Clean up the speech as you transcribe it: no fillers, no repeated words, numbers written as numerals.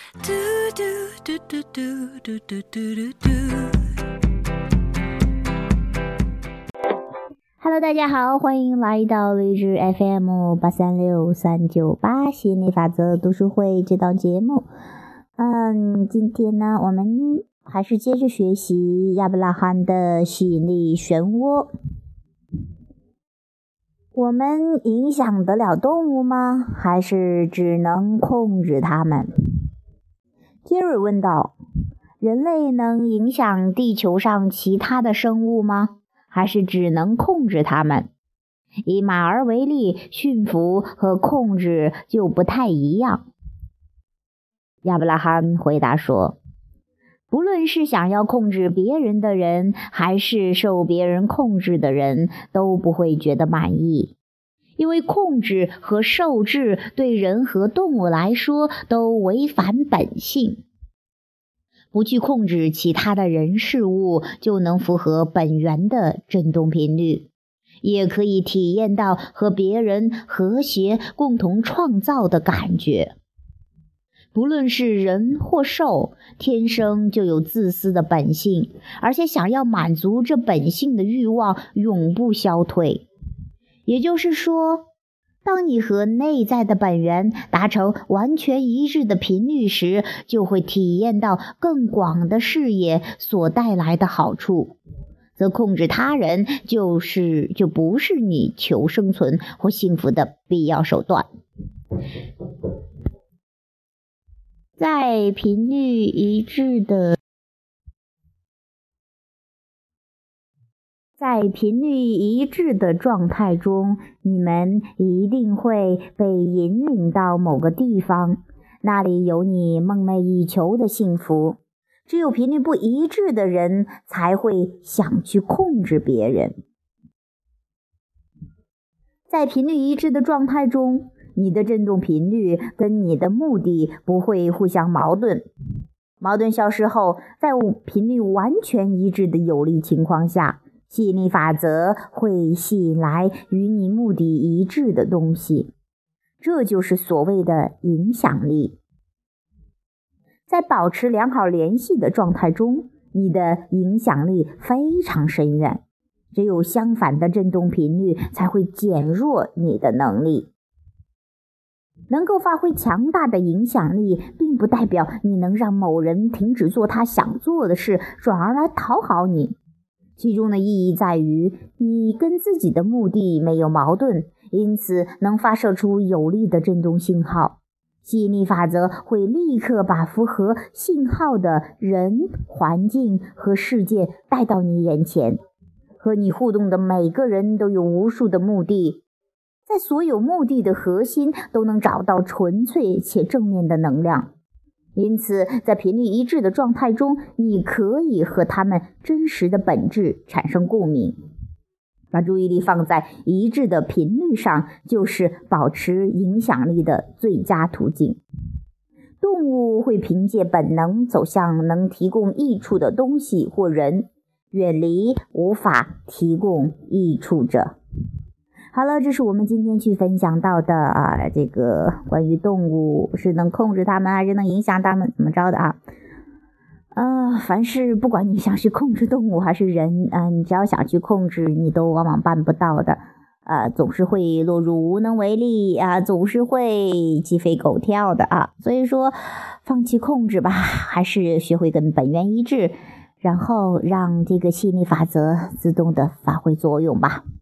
Hello， 大家好，欢迎来到励志 FM836398吸引力法则读书会这档节目。今天呢，我们还是接着学习亚伯拉罕的吸引力漩涡。我们影响得了动物吗？还是只能控制它们？杰瑞问道。人类能影响地球上其他的生物吗？还是只能控制它们？以马儿为例，驯服和控制就不太一样。亚伯拉罕回答说，不论是想要控制别人的人，还是受别人控制的人，都不会觉得满意。因为控制和受制对人和动物来说都违反本性。不去控制其他的人事物，就能符合本源的振动频率，也可以体验到和别人和谐共同创造的感觉。不论是人或兽，天生就有自私的本性，而且想要满足这本性的欲望永不消退。也就是说，当你和内在的本源达成完全一致的频率时，就会体验到更广的视野所带来的好处，则控制他人就不是你求生存或幸福的必要手段。在频率一致的状态中，你们一定会被引领到某个地方，那里有你梦寐以求的幸福。只有频率不一致的人才会想去控制别人。在频率一致的状态中，你的振动频率跟你的目的不会互相矛盾。矛盾消失后，在频率完全一致的有利情况下，吸引力法则会吸引来与你目的一致的东西，这就是所谓的影响力。在保持良好联系的状态中，你的影响力非常深远，只有相反的振动频率才会减弱你的能力。能够发挥强大的影响力，并不代表你能让某人停止做他想做的事，转而来讨好你。其中的意义在于，你跟自己的目的没有矛盾，因此能发射出有力的振动信号。吸引力法则会立刻把符合信号的人、环境和事件带到你眼前。和你互动的每个人都有无数的目的，在所有目的的核心都能找到纯粹且正面的能量。因此，在频率一致的状态中，你可以和他们真实的本质产生共鸣。把注意力放在一致的频率上，就是保持影响力的最佳途径。动物会凭借本能走向能提供益处的东西或人，远离无法提供益处者。好了，这是我们今天去分享到的这个关于动物是能控制它们还是能影响它们怎么着的凡是不管你想去控制动物还是人你只要想去控制，你都往往办不到的总是会落入无能为力总是会鸡飞狗跳的所以说放弃控制吧，还是学会跟本源一致，然后让这个吸引力法则自动的发挥作用吧。